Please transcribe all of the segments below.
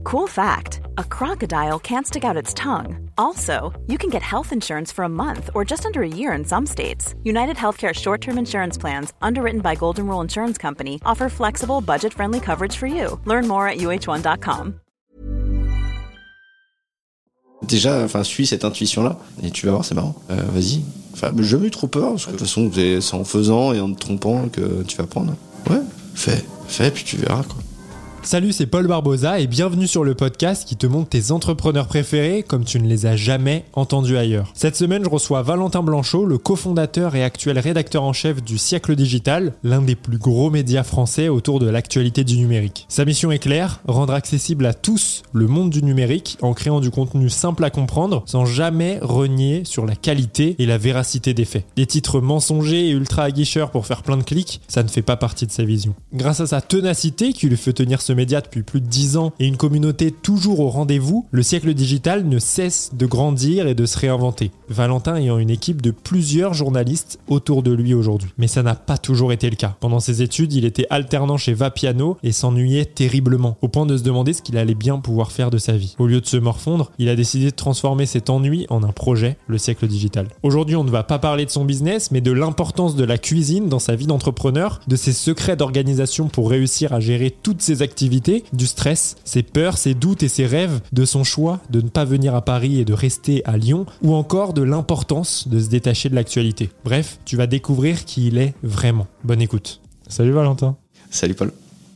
Cool fact, a crocodile can't stick out its tongue. Also, you can get health insurance for a month or just under a year in some states. United Healthcare short-term insurance plans, underwritten by Golden Rule Insurance Company, offer flexible, budget-friendly coverage for you. Learn more at uh1.com. Déjà, suis cette intuition-là, et tu vas voir, c'est marrant. Vas-y. J'ai jamais eu trop peur, parce que de toute façon, c'est en faisant et en te trompant que tu vas apprendre. Ouais, fais, puis tu verras, quoi. Salut, c'est Paul Barbosa et bienvenue sur le podcast qui te montre tes entrepreneurs préférés comme tu ne les as jamais entendus ailleurs. Cette semaine, je reçois Valentin Blanchot, le cofondateur et actuel rédacteur en chef du Siècle Digital, l'un des plus gros médias français autour de l'actualité du numérique. Sa mission est claire, rendre accessible à tous le monde du numérique en créant du contenu simple à comprendre sans jamais renier sur la qualité et la véracité des faits. Des titres mensongers et ultra aguicheurs pour faire plein de clics, ça ne fait pas partie de sa vision. Grâce à sa ténacité qui lui fait tenir ce média depuis plus de 10 ans et une communauté toujours au rendez-vous, le Siècle Digital ne cesse de grandir et de se réinventer. Valentin ayant une équipe de plusieurs journalistes autour de lui aujourd'hui. Mais ça n'a pas toujours été le cas. Pendant ses études, il était alternant chez Vapiano et s'ennuyait terriblement, au point de se demander ce qu'il allait bien pouvoir faire de sa vie. Au lieu de se morfondre, il a décidé de transformer cet ennui en un projet, le Siècle Digital. Aujourd'hui, on ne va pas parler de son business, mais de l'importance de la cuisine dans sa vie d'entrepreneur, de ses secrets d'organisation pour réussir à gérer toutes ses activités, du stress, ses peurs, ses doutes et ses rêves, de son choix de ne pas venir à Paris et de rester à Lyon, ou encore de l'importance de se détacher de l'actualité. Bref, tu vas découvrir qui il est vraiment. Bonne écoute. Salut Valentin. Salut Paul.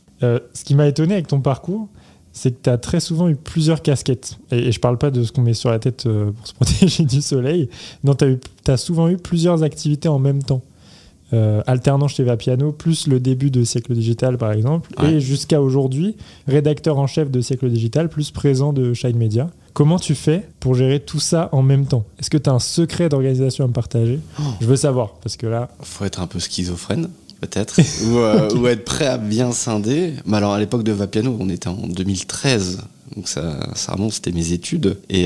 Ce qui m'a étonné avec ton parcours, c'est que tu as très souvent eu plusieurs casquettes. Et je parle pas de ce qu'on met sur la tête pour se protéger du soleil. Non, tu as souvent eu plusieurs activités en même temps. Alternant chez Vapiano, plus le début de Siècle Digital par exemple, ouais. Et jusqu'à aujourd'hui, rédacteur en chef de Siècle Digital, plus présent de Shine Media. Comment tu fais pour gérer tout ça en même temps ? Est-ce que tu as un secret d'organisation à me partager ? Je veux savoir, parce que là... Faut être un peu schizophrène, peut-être, ou être prêt à bien scinder. Mais alors, à l'époque de Vapiano, on était en 2013, donc ça remonte, c'était mes études, et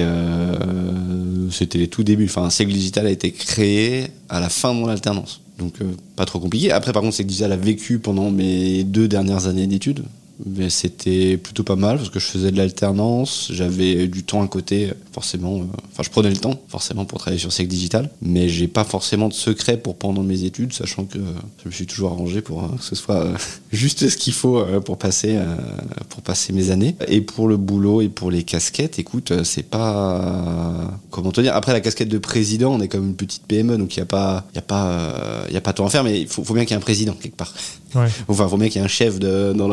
c'était les tout débuts. Siècle Digital a été créé à la fin de mon alternance. Donc pas trop compliqué. Après par contre Siècle Digital a vécu pendant mes 2 dernières années d'études. Mais c'était plutôt pas mal parce que je faisais de l'alternance, j'avais du temps à côté, forcément. Je prenais le temps, forcément, pour travailler sur Siècle Digital. Mais j'ai pas forcément de secret pour pendant mes études, sachant que je me suis toujours arrangé pour que ce soit juste ce qu'il faut pour passer mes années. Et pour le boulot et pour les casquettes, écoute, c'est pas... Comment te dire ? Après, la casquette de président, on est comme une petite PME, donc il y a pas tout à en faire, mais il faut bien qu'il y ait un président, quelque part. Ouais. Faut bien qu'il y ait un chef dans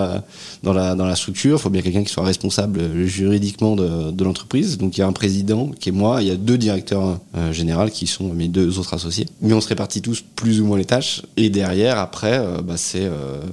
la structure, il faut bien quelqu'un qui soit responsable juridiquement de l'entreprise. Donc il y a un président qui est moi, il y a 2 directeurs généraux qui sont mes 2 autres associés. Mais on se répartit tous plus ou moins les tâches. Et derrière, après, c'est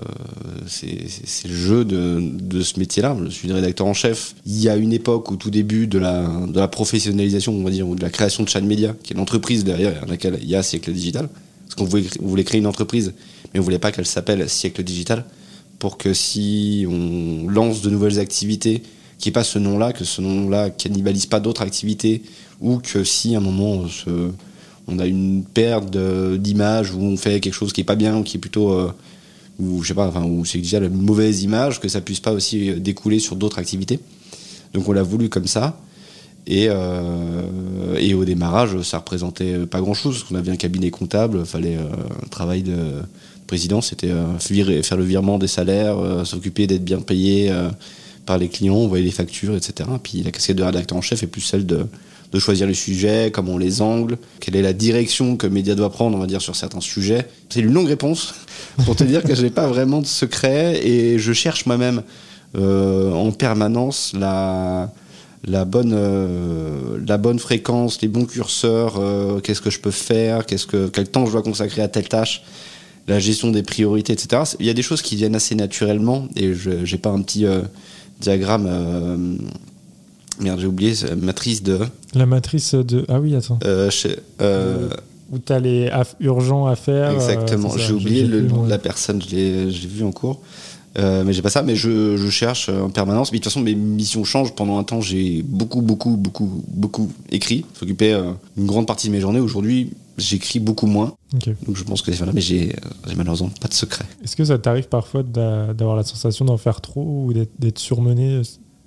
le jeu de ce métier-là. Je suis rédacteur en chef. Il y a une époque au tout début de la professionnalisation, on va dire, ou de la création de Shine Media, qui est l'entreprise derrière laquelle il y a Siècle Digital. Parce qu'on voulait créer une entreprise, mais on voulait pas qu'elle s'appelle Siècle Digital, pour que si on lance de nouvelles activités, qu'il n'y ait pas ce nom-là, que ce nom-là cannibalise pas d'autres activités, ou que si à un moment on a une perte d'image, ou on fait quelque chose qui est pas bien, ou qui est plutôt, ou c'est déjà la mauvaise image, que ça puisse pas aussi découler sur d'autres activités. Donc on l'a voulu comme ça. Et au démarrage, ça représentait pas grand-chose, parce qu'on avait un cabinet comptable, fallait un travail de président, c'était faire le virement des salaires, s'occuper d'être bien payé par les clients, envoyer les factures, etc. Puis la casquette de rédacteur en chef est plus celle de choisir les sujets, comment on les angle, quelle est la direction que le média doit prendre, on va dire, sur certains sujets. C'est une longue réponse pour te dire que je n'ai pas vraiment de secret, et je cherche moi-même en permanence la bonne fréquence, les bons curseurs, qu'est-ce que je peux faire, quel temps je dois consacrer à telle tâche, la gestion des priorités, etc. Il y a des choses qui viennent assez naturellement, et j'ai pas un petit diagramme... j'ai oublié, matrice de... La matrice de... Ah oui, attends. Où t'as les urgents à faire. Exactement, j'ai oublié le nom de la personne, je l'ai vu en cours. Mais j'ai pas ça, mais je cherche en permanence. Mais de toute façon, mes missions changent. Pendant un temps, j'ai beaucoup écrit, s'occuper une grande partie de mes journées. Aujourd'hui, j'écris beaucoup moins. Okay. Donc je pense que c'est voilà, mais j'ai malheureusement pas de secret. Est-ce que ça t'arrive parfois d'avoir la sensation d'en faire trop ou d'être surmené ? Ça t'arrive ?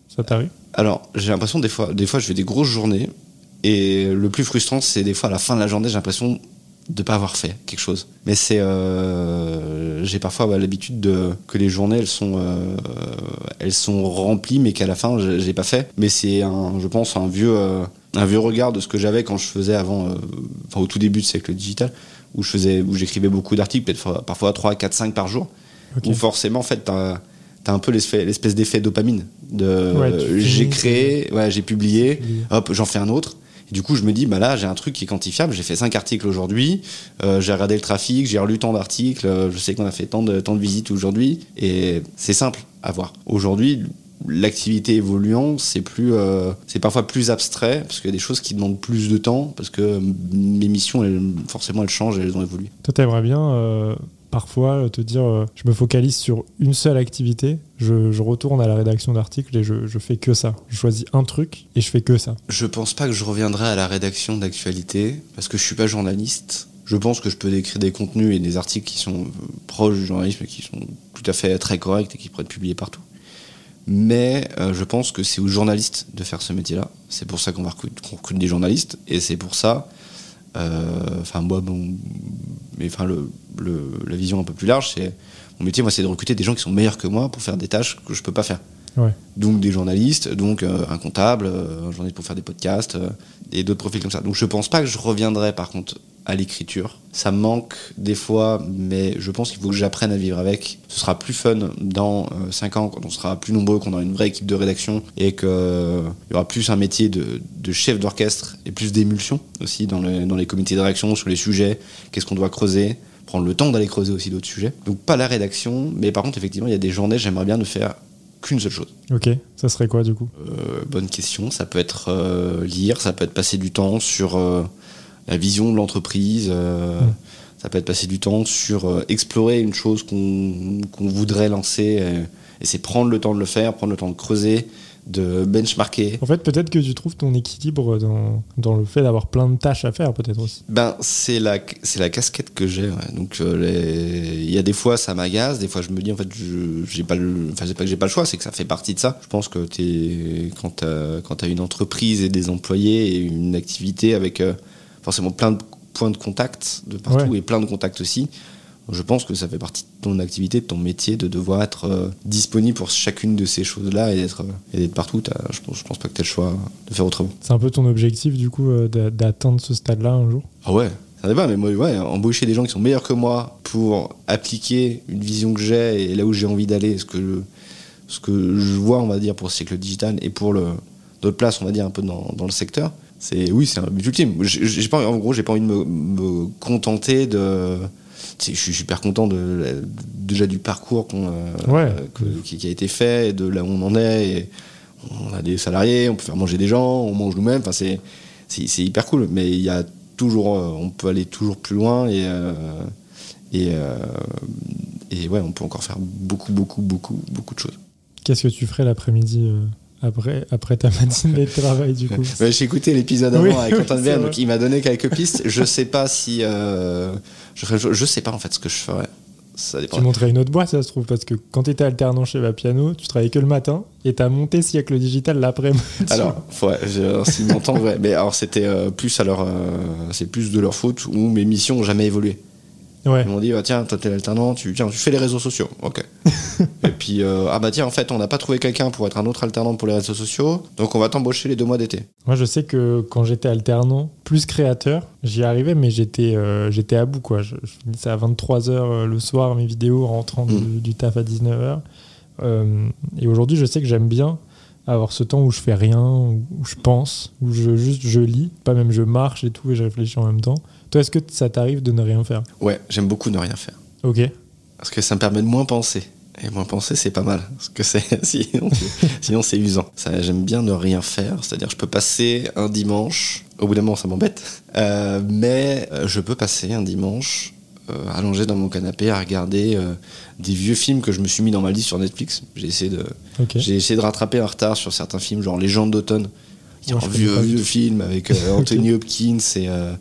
Alors, j'ai l'impression des fois je fais des grosses journées et le plus frustrant, c'est des fois à la fin de la journée, j'ai l'impression de pas avoir fait quelque chose. Mais c'est j'ai parfois l'habitude que les journées elles sont remplies mais qu'à la fin j'ai pas fait. Mais c'est je pense un vieux regard de ce que j'avais quand je faisais avant au tout début du siècle digital où j'écrivais beaucoup d'articles, peut-être parfois 3, 4, 5 par jour. Okay. Où forcément en fait t'as un peu l'espèce d'effet dopamine j'ai créé, j'ai publié, hop, j'en fais un autre. Et du coup, je me dis, là, j'ai un truc qui est quantifiable. J'ai fait 5 articles aujourd'hui. J'ai regardé le trafic, j'ai relu tant d'articles. Je sais qu'on a fait tant de visites aujourd'hui. Et c'est simple à voir. Aujourd'hui, l'activité évoluant, c'est parfois plus abstrait parce qu'il y a des choses qui demandent plus de temps parce que mes missions, forcément, elles changent et elles ont évolué. Toi, t'aimerais bien parfois te dire je me focalise sur une seule activité, je retourne à la rédaction d'articles et je fais que ça. Je choisis un truc et je fais que ça. Je pense pas que je reviendrai à la rédaction d'actualité parce que je suis pas journaliste. Je pense que je peux écrire des contenus et des articles qui sont proches du journalisme et qui sont tout à fait très corrects et qui pourraient être publiés partout. Mais je pense que c'est aux journalistes de faire ce métier-là. C'est pour ça qu'on recrute des journalistes et c'est pour ça la vision un peu plus large, c'est mon métier, moi, c'est de recruter des gens qui sont meilleurs que moi pour faire des tâches que je peux pas faire. Ouais. Donc des journalistes, donc un comptable, un journaliste pour faire des podcasts et d'autres profils comme ça. Donc je pense pas que je reviendrai par contre à l'écriture. Ça me manque des fois, mais je pense qu'il faut que j'apprenne à vivre avec. Ce sera plus fun dans 5 ans, quand on sera plus nombreux, qu'on aura une vraie équipe de rédaction et qu'il y aura plus un métier de chef d'orchestre et plus d'émulsion aussi dans les comités de rédaction sur les sujets, qu'est-ce qu'on doit creuser, prendre le temps d'aller creuser aussi d'autres sujets. Donc pas la rédaction, mais par contre effectivement il y a des journées, j'aimerais bien ne faire qu'une seule chose. Ok, ça serait quoi du coup ? Bonne question, ça peut être lire, ça peut être passer du temps sur la vision de l'entreprise, ça peut être passer du temps sur explorer une chose qu'on voudrait lancer, et c'est prendre le temps de le faire, prendre le temps de creuser, de benchmarker. En fait, peut-être que tu trouves ton équilibre dans le fait d'avoir plein de tâches à faire, peut-être aussi. C'est la casquette que j'ai. Ouais. Donc, il y a des fois, ça m'agace. Des fois, je me dis, en fait, c'est pas que j'ai pas le choix, c'est que ça fait partie de ça. Je pense que quand t'as une entreprise et des employés et une activité avec forcément plein de points de contact de partout et plein de contacts aussi, je pense que ça fait partie de ton activité, de ton métier, de devoir être disponible pour chacune de ces choses-là et d'être partout. Je pense pas que tu as le choix de faire autrement. C'est un peu ton objectif, du coup, d'atteindre ce stade-là un jour ? Ah ouais, ça dépend, mais moi, embaucher des gens qui sont meilleurs que moi pour appliquer une vision que j'ai et là où j'ai envie d'aller, ce que je vois, on va dire, pour ce siècle digital et pour d'autres places, on va dire, un peu dans le secteur, c'est un but ultime. En gros, j'ai pas envie de me contenter de... Je suis super content déjà du parcours qui a été fait, et de là où on en est. Et on a des salariés, on peut faire manger des gens, on mange nous-mêmes. Enfin, c'est hyper cool. Mais il y a toujours, on peut aller toujours plus loin et on peut encore faire beaucoup de choses. Qu'est-ce que tu ferais l'après-midi après ta matinée de travail, du coup? J'ai écouté l'épisode avant avec Antoine Verne, donc il m'a donné quelques pistes. Je sais pas si je sais pas en fait ce que je ferais. Ça dépend. Tu montrais une autre boîte, ça se trouve, parce que quand tu étais alternant chez Vapiano, tu travaillais que le matin et tu as monté Siècle Digital l'après-midi. Alors, s'ils m'entendent, ouais. Mais alors, c'était plus c'est plus de leur faute où mes missions n'ont jamais évolué. Ouais. Ils m'ont dit, tiens, toi t'es l'alternant, tu fais les réseaux sociaux. Ok. Et puis, tiens, en fait, on n'a pas trouvé quelqu'un pour être un autre alternant pour les réseaux sociaux, donc on va t'embaucher les 2 mois d'été. Moi, je sais que quand j'étais alternant, plus créateur, j'y arrivais, mais j'étais à bout, quoi. Je finissais à 23h le soir, mes vidéos, rentrant du taf à 19h. Et aujourd'hui, je sais que j'aime bien avoir ce temps où je fais rien, où je pense, où je lis, pas même je marche et tout, et je réfléchis en même temps. Toi, est-ce que ça t'arrive de ne rien faire ? Ouais, j'aime beaucoup ne rien faire. Ok. Parce que ça me permet de moins penser. Et moins penser, c'est pas mal. Parce que sinon, c'est usant. J'aime bien ne rien faire. C'est-à-dire, je peux passer un dimanche. Au bout d'un moment, ça m'embête. Mais je peux passer un dimanche allongé dans mon canapé à regarder des vieux films que je me suis mis dans ma liste sur Netflix. J'ai essayé de rattraper un retard sur certains films, genre Légende d'automne. Il y a un vieux film avec Anthony Hopkins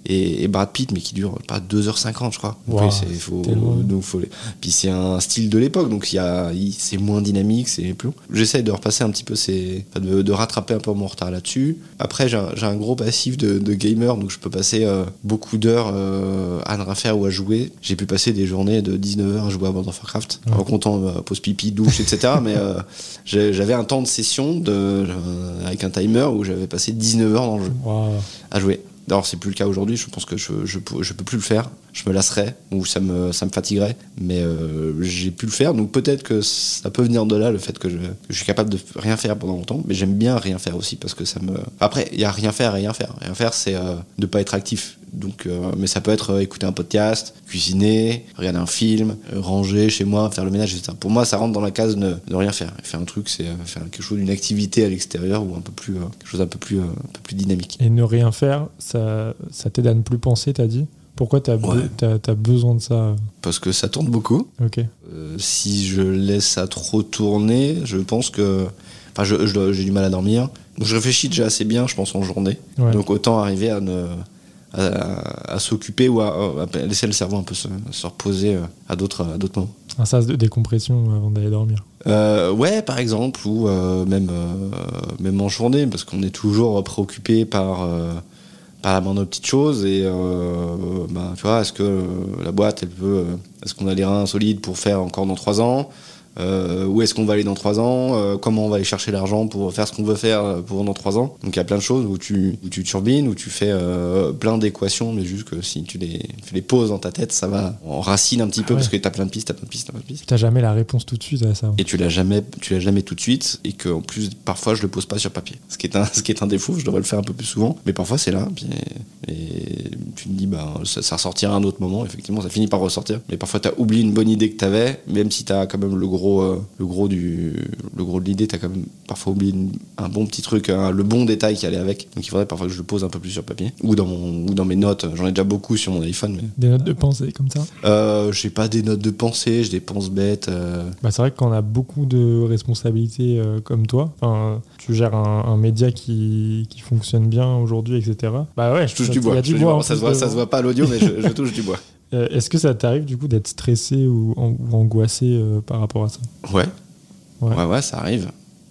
et Brad Pitt, mais qui dure pas 2h50, je crois. Wow, Puis c'est un style de l'époque, donc c'est moins dynamique, c'est plus long. J'essaye de repasser un petit peu de rattraper un peu mon retard là-dessus. Après, j'ai un gros passif de gamer, donc je peux passer beaucoup d'heures à ne rien faire ou à jouer. J'ai pu passer des journées de 19h à jouer à World of Warcraft, en comptant pause pipi, douche, etc. Mais j'avais un temps de session avec un timer où j'avais passé 19 heures dans le jeu à jouer. Alors c'est plus le cas aujourd'hui, je pense que je peux plus le faire, je me lasserais ou ça me fatiguerait, mais j'ai pu le faire, donc peut-être que ça peut venir de là, le fait que je suis capable de rien faire pendant longtemps, mais j'aime bien rien faire aussi parce que ça me... Après, il y a rien faire, c'est de pas être actif. Donc, mais ça peut être écouter un podcast, cuisiner, regarder un film, ranger chez moi, faire le ménage, etc. Pour moi, ça rentre dans la case de rien faire. Faire un truc, c'est faire quelque chose, une activité à l'extérieur ou quelque chose un peu plus dynamique. Et ne rien faire, ça t'aide à ne plus penser, t'as dit ? Pourquoi t'as besoin de ça ? Parce que ça tourne beaucoup. Ok. Si je laisse ça trop tourner, je pense que... Enfin, j'ai du mal à dormir. Donc, je réfléchis déjà assez bien, je pense, en journée. Ouais. Donc autant arriver à s'occuper ou à laisser le cerveau un peu se reposer à d'autres moments. Un sas de décompression avant d'aller dormir. Ouais, par exemple, ou même en journée, parce qu'on est toujours préoccupé par la moindre petite chose et tu vois, est-ce que la boîte est-ce qu'on a les reins solides pour faire encore dans 3 ans, où est-ce qu'on va aller dans 3 ans, comment on va aller chercher l'argent pour faire ce qu'on veut faire pour dans 3 ans. Donc il y a plein de choses où tu turbines, où tu fais plein d'équations, mais juste que si tu les poses dans ta tête, ça va en racine un petit peu, parce que t'as plein de pistes. T'as jamais la réponse tout de suite à ça. Et tu l'as jamais tout de suite, et que en plus parfois je le pose pas sur papier. Ce qui est un défaut, je devrais le faire un peu plus souvent, mais parfois c'est là, et tu te dis ça ressortira à un autre moment, effectivement ça finit par ressortir, mais parfois t'as oublié une bonne idée que t'avais, même si t'as quand même le gros de l'idée, t'as quand même parfois oublié un bon petit truc, le bon détail qui allait avec. Donc il faudrait parfois que je le pose un peu plus sur papier ou dans mes notes. J'en ai déjà beaucoup sur mon iPhone. Mais... Des notes de pensée comme ça j'ai pas des notes de pensée, j'ai des penses bêtes. C'est vrai que quand on a beaucoup de responsabilités comme toi, tu gères un média qui fonctionne bien aujourd'hui, etc. Je touche du bois. Ça se voit pas à l'audio, mais je touche du bois. Est-ce que ça t'arrive du coup d'être stressé ou angoissé par rapport à ça ? Ouais, ça arrive.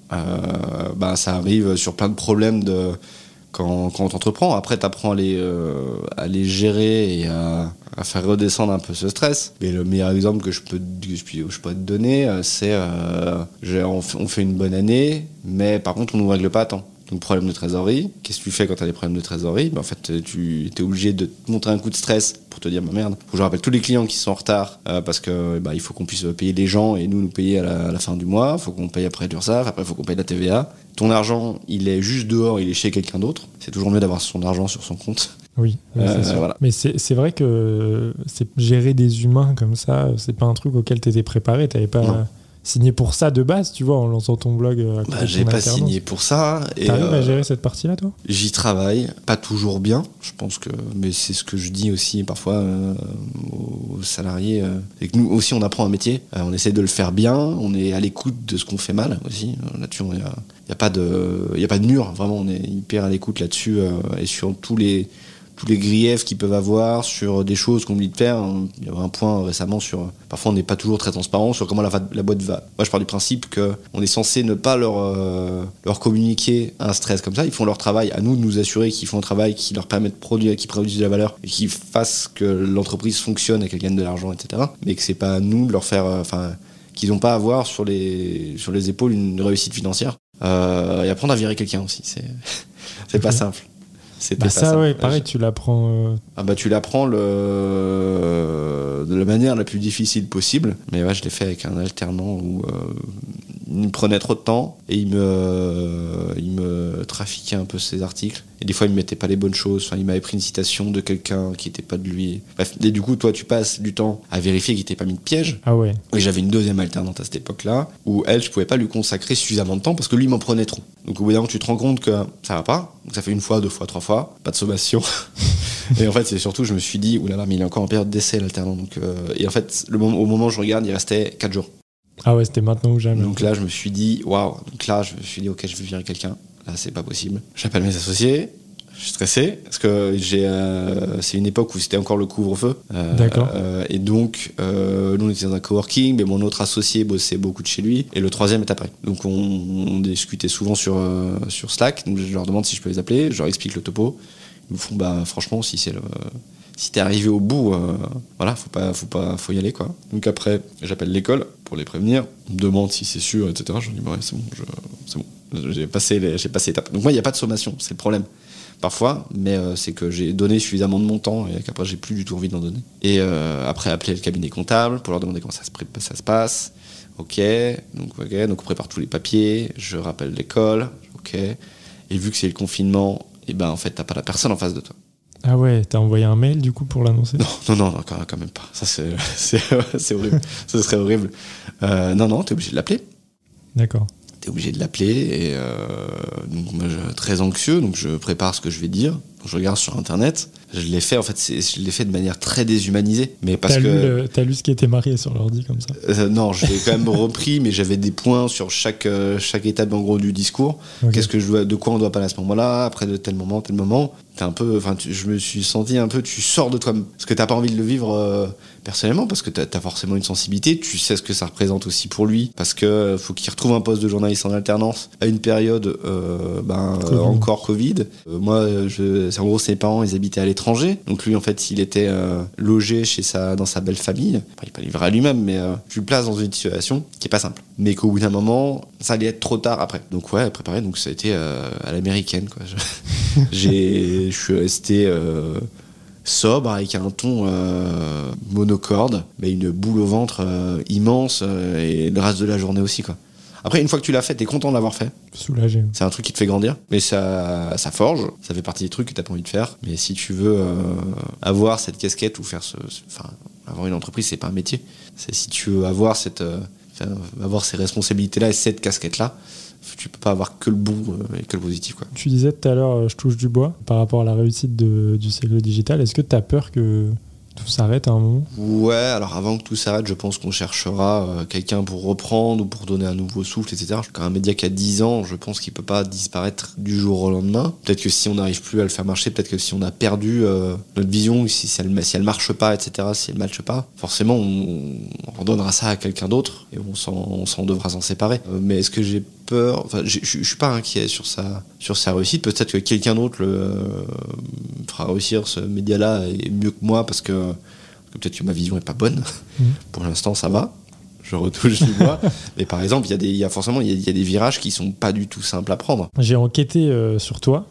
Ça arrive sur plein de problèmes quand t'entreprends. Après, t'apprends à les gérer et à faire redescendre un peu ce stress. Mais le meilleur exemple que je peux te donner, c'est on fait une bonne année, mais par contre, on ne nous règle pas à temps. Donc problème de trésorerie, qu'est-ce que tu fais quand tu as des problèmes de trésorerie ? En fait, tu es obligé de te montrer un coup de stress pour te dire merde, faut que je rappelle tous les clients qui sont en retard parce que il faut qu'on puisse payer les gens et nous payer à la fin du mois, faut qu'on paye après l'URSSAF, après il faut qu'on paye la TVA. Ton argent, il est juste dehors, il est chez quelqu'un d'autre. C'est toujours mieux d'avoir son argent sur son compte. Oui, c'est sûr. Voilà. Mais c'est vrai que gérer des humains comme ça, c'est pas un truc auquel t'étais préparé, t'avais pas... Non. Signé pour ça de base, tu vois, en lançant ton blog. J'ai pas signé pour ça. T'arrives à gérer cette partie-là, toi ? J'y travaille, pas toujours bien, je pense que, mais c'est ce que je dis aussi parfois aux salariés. Et que nous aussi, on apprend un métier, on essaie de le faire bien, on est à l'écoute de ce qu'on fait mal aussi. Là-dessus, il y a pas de mur, vraiment, on est hyper à l'écoute là-dessus et sur tous les griefs qu'ils peuvent avoir, sur des choses qu'on oublie de faire. Il y avait un point récemment sur... Parfois, on n'est pas toujours très transparent sur comment la boîte va. Moi, je pars du principe qu'on est censé ne pas leur communiquer un stress comme ça. Ils font leur travail. À nous de nous assurer qu'ils font un travail qui leur permet de produire, qui produisent de la valeur et qui fasse que l'entreprise fonctionne et qu'elle gagne de l'argent, etc. Mais que c'est pas à nous de leur faire... qu'ils n'ont pas à avoir sur les épaules une réussite financière. Et apprendre à virer quelqu'un aussi. C'est pas simple. Pareil, tu l'apprends. Tu l'apprends de la manière la plus difficile possible. Mais je l'ai fait avec un alternant où il me prenait trop de temps et il me trafiquait un peu ses articles. Et des fois, il me mettait pas les bonnes choses. Enfin, il m'avait pris une citation de quelqu'un qui était pas de lui. Bref, et du coup, toi, tu passes du temps à vérifier qu'il t'ait pas mis de piège. Ah ouais. Et j'avais une deuxième alternante à cette époque-là où je pouvais pas lui consacrer suffisamment de temps parce que lui, il m'en prenait trop. Donc au bout d'un moment, tu te rends compte que ça va pas. Donc ça fait 1 fois, 2 fois, 3 fois, pas de sommation. Et en fait, c'est surtout, je me suis dit, oulala, mais il est encore en période d'essai, l'alternant. Donc, et en fait, au moment où je regarde, il restait 4 jours. Ah ouais, c'était maintenant ou jamais. Donc là, je me suis dit, waouh. Donc là, je me suis dit, ok, je vais virer quelqu'un. Là, c'est pas possible. J'appelle mes associés. Je suis stressé parce que c'est une époque où c'était encore le couvre-feu. D'accord. Et donc, nous, on était dans un coworking, mais mon autre associé bossait beaucoup de chez lui. Et le troisième est après. Donc, on discutait souvent sur Slack. Donc, je leur demande si je peux les appeler. Je leur explique le topo. Ils me font, franchement, si t'es arrivé au bout, voilà, faut y aller, quoi. Donc après, j'appelle l'école pour les prévenir. On me demande si c'est sûr, etc. Je leur dis, ouais, c'est bon. J'ai passé l'étape. Donc moi, il n'y a pas de sommation, c'est le problème. Parfois, mais c'est que j'ai donné suffisamment de mon temps et qu'après, j'ai plus du tout envie d'en donner. Et après, appeler le cabinet comptable pour leur demander comment ça se passe. Ok, donc on prépare tous les papiers, je rappelle l'école, ok. Et vu que c'est le confinement, et en fait, t'as pas la personne en face de toi. Ah ouais, t'as envoyé un mail du coup pour l'annoncer ? Non, quand même pas. Ça, c'est horrible. Ça serait horrible. Non, t'es obligé de l'appeler. D'accord. T'es obligé de l'appeler et donc moi très anxieux, donc je prépare ce que je vais dire. Donc, je regarde sur internet. Je l'ai fait de manière très déshumanisée, mais parce t'as lu ce qui était marqué sur l'ordi comme ça ? Non, je l'ai quand même repris, mais j'avais des points sur chaque étape en gros du discours. Okay. De quoi on doit parler à ce moment-là, après de tel moment. Je me suis senti un peu, tu sors de toi-même, parce que t'as pas envie de le vivre personnellement, parce que t'as forcément une sensibilité, tu sais ce que ça représente aussi pour lui, parce que faut qu'il retrouve un poste de journaliste en alternance à une période encore Covid. Moi, en gros, ses parents, ils habitaient à l'étranger, donc lui, en fait, il était logé dans sa belle famille. Enfin, il n'est pas livré à lui-même, mais tu le places dans une situation qui est pas simple. Mais qu'au bout d'un moment, ça allait être trop tard après. Donc ouais, préparé, donc ça a été à l'américaine, quoi. Je suis resté sobre avec un ton monocorde, mais une boule au ventre immense et le reste de la journée aussi, quoi. Après, une fois que tu l'as fait, t'es content de l'avoir fait. Soulagé. C'est un truc qui te fait grandir, mais ça forge, ça fait partie des trucs que t'as pas envie de faire. Mais si tu veux avoir cette casquette ou avoir une entreprise, c'est pas un métier. C'est si tu veux avoir avoir ces responsabilités-là et cette casquette-là, tu peux pas avoir que le bon et que le positif, quoi. Tu disais tout à l'heure, je touche du bois, par rapport à la réussite du siècle digital. Est-ce que tu as peur que tout s'arrête à un moment ? Ouais, alors avant que tout s'arrête, je pense qu'on cherchera quelqu'un pour reprendre ou pour donner un nouveau souffle, etc. Quand un média qui a 10 ans, je pense qu'il peut pas disparaître du jour au lendemain. Peut-être que si on n'arrive plus à le faire marcher, peut-être que si on a perdu notre vision, si elle marche pas, etc., si elle matche pas, forcément on redonnera ça à quelqu'un d'autre et on devra s'en séparer. Mais est-ce que j'ai peur ? Enfin, je suis pas inquiet sur sa réussite. Peut-être que quelqu'un d'autre fera réussir ce média-là et mieux que moi, parce que peut-être que ma vision est pas bonne. Pour l'instant, ça va. Je retouche du bois. Mais par exemple, il y a des virages qui sont pas du tout simples à prendre. J'ai enquêté sur toi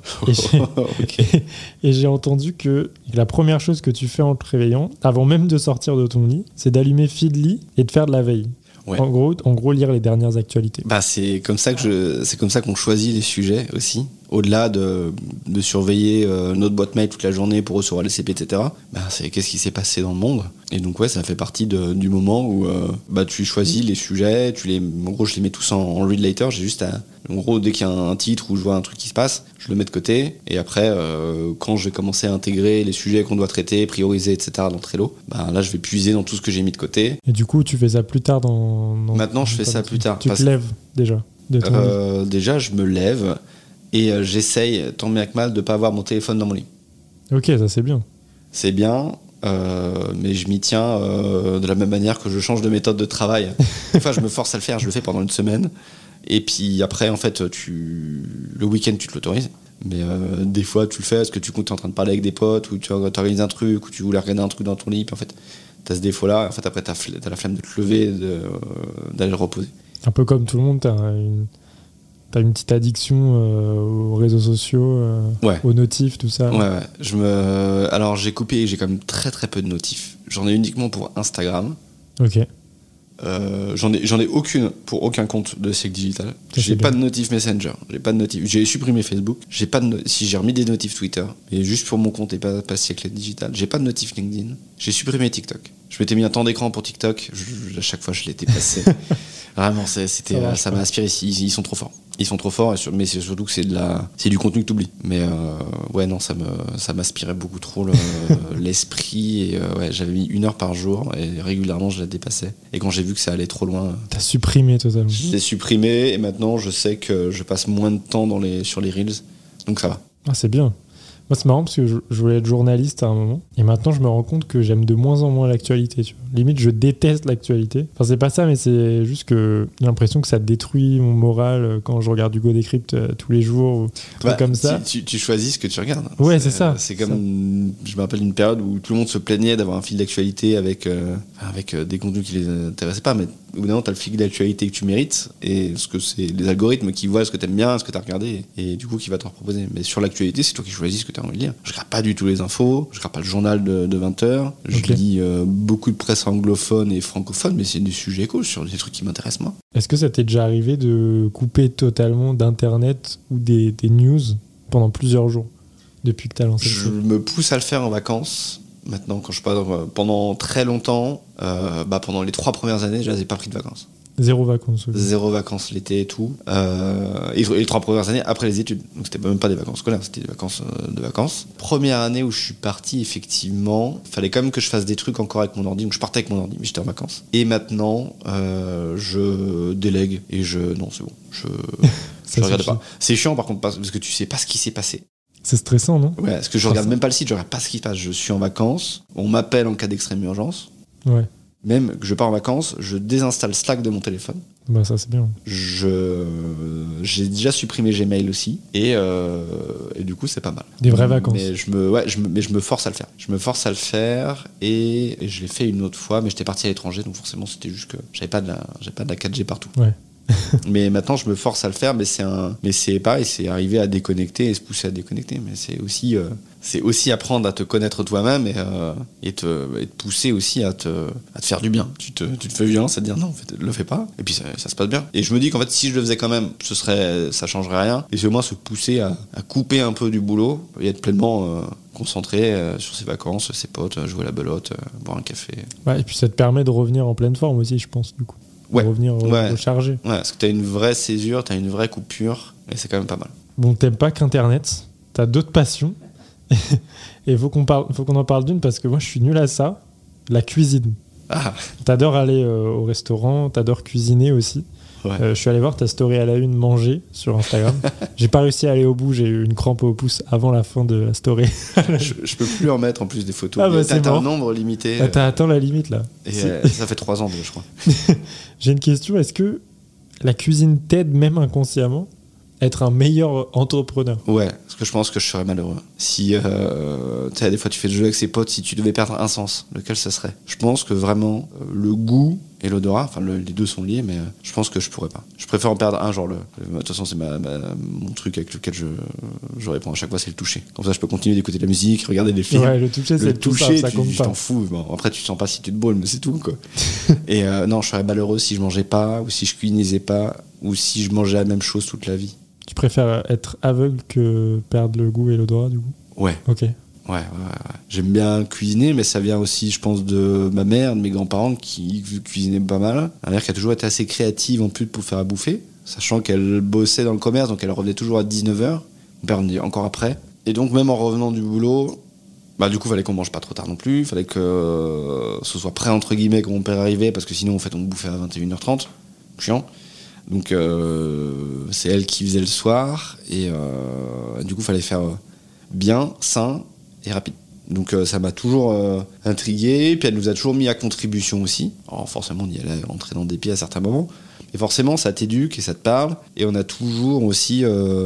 et j'ai entendu que la première chose que tu fais en te réveillant, avant même de sortir de ton lit, c'est d'allumer Feedly et de faire de la veille. Ouais. En gros, lire les dernières actualités. C'est comme ça qu'on choisit les sujets aussi. Au-delà de surveiller notre boîte mail toute la journée pour recevoir les CP, etc. C'est qu'est-ce qui s'est passé dans le monde. Et donc ça fait partie du moment où tu choisis les sujets, en gros je les mets tous en read later. J'ai juste en gros, dès qu'il y a un titre où je vois un truc qui se passe, je le mets de côté. Et après, quand je vais commencer à intégrer les sujets qu'on doit traiter, prioriser, etc. dans Trello, là je vais puiser dans tout ce que j'ai mis de côté. Et du coup, tu fais ça plus tard Maintenant, je fais ça plus tard. Tu te lèves déjà Déjà, je me lève. Et j'essaye, tant bien que mal, de ne pas avoir mon téléphone dans mon lit. Ok, ça c'est bien. C'est bien, mais je m'y tiens de la même manière que je change de méthode de travail. Des fois, je me force à le faire, je le fais pendant une semaine. Et puis après, en fait, le week-end, tu te l'autorises. Mais des fois, tu le fais parce que tu es en train de parler avec des potes, ou tu organises un truc, ou tu voulais regarder un truc dans ton lit. Puis en fait, tu as ce défaut-là. En fait, après, tu as la flemme de te lever, d'aller le reposer. Un peu comme tout le monde, T'as une petite addiction aux réseaux sociaux, aux notifs, tout ça. Ouais. Alors j'ai quand même très très peu de notifs. J'en ai uniquement pour Instagram. Ok. J'en ai aucune pour aucun compte de Siècle Digital. J'ai pas de notif Messenger. J'ai supprimé Facebook. Si j'ai remis des notifs Twitter, mais juste pour mon compte et pas Siècle Digital. J'ai pas de notif LinkedIn. J'ai supprimé TikTok. Je m'étais mis un temps d'écran pour TikTok. À chaque fois, je l'étais passé. Vraiment, ça m'a aspiré. Ils sont trop forts. Ils sont trop forts, mais c'est surtout que c'est du contenu que t'oublies. Mais ça m'aspirait beaucoup trop l'esprit. Et j'avais mis 1 heure par jour et régulièrement je la dépassais. Et quand j'ai vu que ça allait trop loin, t'as supprimé totalement. Je l'ai supprimé et maintenant je sais que je passe moins de temps sur les reels, donc ça va. Ah, c'est bien. Moi, c'est marrant parce que je voulais être journaliste à un moment. Et maintenant, je me rends compte que j'aime de moins en moins l'actualité. Tu vois. Limite, je déteste l'actualité. Enfin, c'est pas ça, mais c'est juste que j'ai l'impression que ça détruit mon moral quand je regarde Hugo Décrypte tous les jours ou trucs comme ça. Tu choisis ce que tu regardes. Ouais, c'est ça. C'est comme, je me rappelle d'une période où tout le monde se plaignait d'avoir un fil d'actualité avec des contenus qui les intéressaient pas. Mais au bout d'un moment, t'as le fil d'actualité que tu mérites. Et ce que c'est les algorithmes qui voient ce que t'aimes bien, ce que t'as regardé. Et du coup, qui va te proposer. Mais sur l'actualité, c'est toi qui choisis ce que t'as envie de lire. Je regarde pas du tout les infos, je regarde pas le journal de 20h, je lis beaucoup de presse anglophone et francophone, mais c'est des sujets cool sur des trucs qui m'intéressent moi. Est-ce que ça t'est déjà arrivé de couper totalement d'internet ou des news pendant plusieurs jours depuis que t'as lancé Je me pousse à le faire en vacances. Maintenant, quand je pars pendant très longtemps, pendant les 3 premières années, je n'avais pas pris de vacances. Zéro vacances. Okay. Zéro vacances l'été et tout. Et les 3 premières années après les études. Donc c'était même pas des vacances scolaires, c'était des vacances de vacances. Première année où je suis parti, effectivement, fallait quand même que je fasse des trucs encore avec mon ordi. Donc je partais avec mon ordi, mais j'étais en vacances. Et maintenant, je délègue et non, c'est bon. Je regarde pas. C'est chiant par contre, parce que tu sais pas ce qui s'est passé. C'est stressant, non ? Ouais, parce que je regarde même pas le site, je regarde pas ce qui se passe. Je suis en vacances, on m'appelle en cas d'extrême urgence. Ouais. Même que je pars en vacances, je désinstalle Slack de mon téléphone. Bah ça c'est bien. J'ai déjà supprimé Gmail aussi et du coup c'est pas mal. Des vraies vacances. Mais je me force à le faire. Je me force à le faire et je l'ai fait une autre fois, mais j'étais parti à l'étranger donc forcément c'était juste que j'avais pas de la 4G partout. Ouais. Mais maintenant je me force à le faire, mais c'est pareil, c'est arriver à déconnecter et se pousser à déconnecter, mais c'est aussi apprendre à te connaître toi-même et te pousser aussi à te faire du bien. Tu te fais violence à te dire non, en fait, le fais pas, et puis ça se passe bien. Et je me dis qu'en fait si je le faisais quand même, ça changerait rien, et c'est au moins se pousser à couper un peu du boulot et être pleinement concentré sur ses vacances, ses potes, jouer à la belote, boire un café. Ouais, et puis ça te permet de revenir en pleine forme aussi, je pense, du coup. Ouais. Revenir recharger. Ouais, parce que t'as une vraie césure, t'as une vraie coupure, et c'est quand même pas mal. Bon, t'aimes pas qu'Internet, t'as d'autres passions, et faut qu'on en parle d'une, parce que moi je suis nul à ça, la cuisine. Ah. T'adores aller au restaurant, t'adores cuisiner aussi. Ouais. Je suis allé voir ta story à la une manger sur Instagram. J'ai pas réussi à aller au bout, j'ai eu une crampe au pouce avant la fin de la story. je peux plus en mettre en plus des photos. T'as un nombre limité. T'as atteint la limite là. Et ça fait 3 ans je crois. J'ai une question, est-ce que la cuisine t'aide même inconsciemment à être un meilleur entrepreneur ? Ouais, parce que je pense que je serais malheureux. Si, des fois tu fais le jeu avec ses potes, si tu devais perdre un sens, lequel ce serait ? Je pense que vraiment, le goût et l'odorat, enfin les deux sont liés, mais je pense que je pourrais pas. Je préfère en perdre un, genre de toute façon c'est mon truc avec lequel je réponds à chaque fois, c'est le toucher. Comme ça je peux continuer d'écouter de la musique, regarder des films. Ouais, le toucher c'est le toucher, ça compte pas. Tu t'en fous, bon, après tu te sens pas si tu te brûles, mais c'est tout quoi. Et non, je serais malheureux si je mangeais pas, ou si je cuisinais pas, ou si je mangeais la même chose toute la vie. Tu préfères être aveugle que perdre le goût et l'odorat du coup ? Ouais. Ok. Ouais. J'aime bien cuisiner, mais ça vient aussi, je pense, de ma mère, de mes grands-parents qui cuisinaient pas mal. Ma mère qui a toujours été assez créative en plus pour faire à bouffer, sachant qu'elle bossait dans le commerce, donc elle revenait toujours à 19h. Mon père venait encore après. Et donc même en revenant du boulot, du coup, il fallait qu'on mange pas trop tard non plus. Il fallait que ce soit prêt, entre guillemets, quand mon père arrivait, parce que sinon, en fait, on bouffait à 21h30. Chiant. Donc c'est elle qui faisait le soir. Et du coup, il fallait faire bien, sain et rapide. Donc ça m'a toujours intrigué, puis elle nous a toujours mis à contribution aussi. Alors forcément on y allait entrer dans des pieds à certains moments, mais forcément ça t'éduque et ça te parle, et on a toujours aussi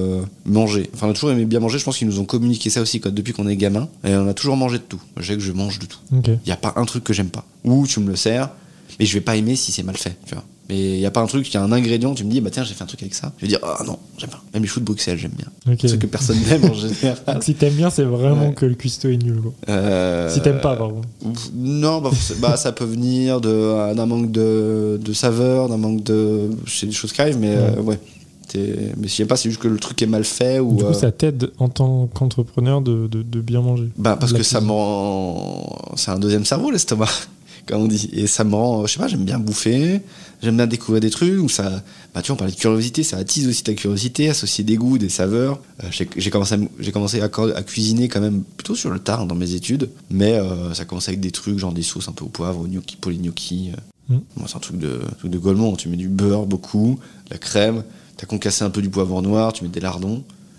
mangé. Enfin on a toujours aimé bien manger, je pense qu'ils nous ont communiqué ça aussi depuis qu'on est gamin, et on a toujours mangé de tout. Je sais que je mange de tout. Okay. Y a pas un truc que j'aime pas. Ou tu me le sers, mais je vais pas aimer si c'est mal fait, tu vois. Mais il n'y a pas un truc, il y a un ingrédient, tu me dis, tiens, j'ai fait un truc avec ça. Je vais dire, non, j'aime pas. Même les choux de Bruxelles, j'aime bien. Okay. Ce que personne n'aime en général. Donc si t'aimes bien, c'est vraiment que le cuistot est nul. Si t'aimes pas, pardon. Non, ça peut venir d'un manque de saveur, d'un manque de. C'est des choses qui arrivent, mais ouais. Mais si j'aime pas, c'est juste que le truc est mal fait. Ou, du coup, ça t'aide en tant qu'entrepreneur de bien manger. Parce que ça me rend. C'est un deuxième cerveau, l'estomac. Comme on dit, et ça me rend, je sais pas, j'aime bien bouffer, j'aime bien découvrir des trucs, où ça, tu vois, on parlait de curiosité, ça attise aussi ta curiosité, associer des goûts, des saveurs. J'ai commencé à cuisiner quand même plutôt sur le tard dans mes études, mais ça a commencé avec des trucs genre des sauces un peu au poivre, au gnocchi, pour les gnocchis. Moi, c'est un truc de Gaulmont, tu mets du beurre beaucoup, de la crème, t'as concassé un peu du poivre noir, tu mets des lardons.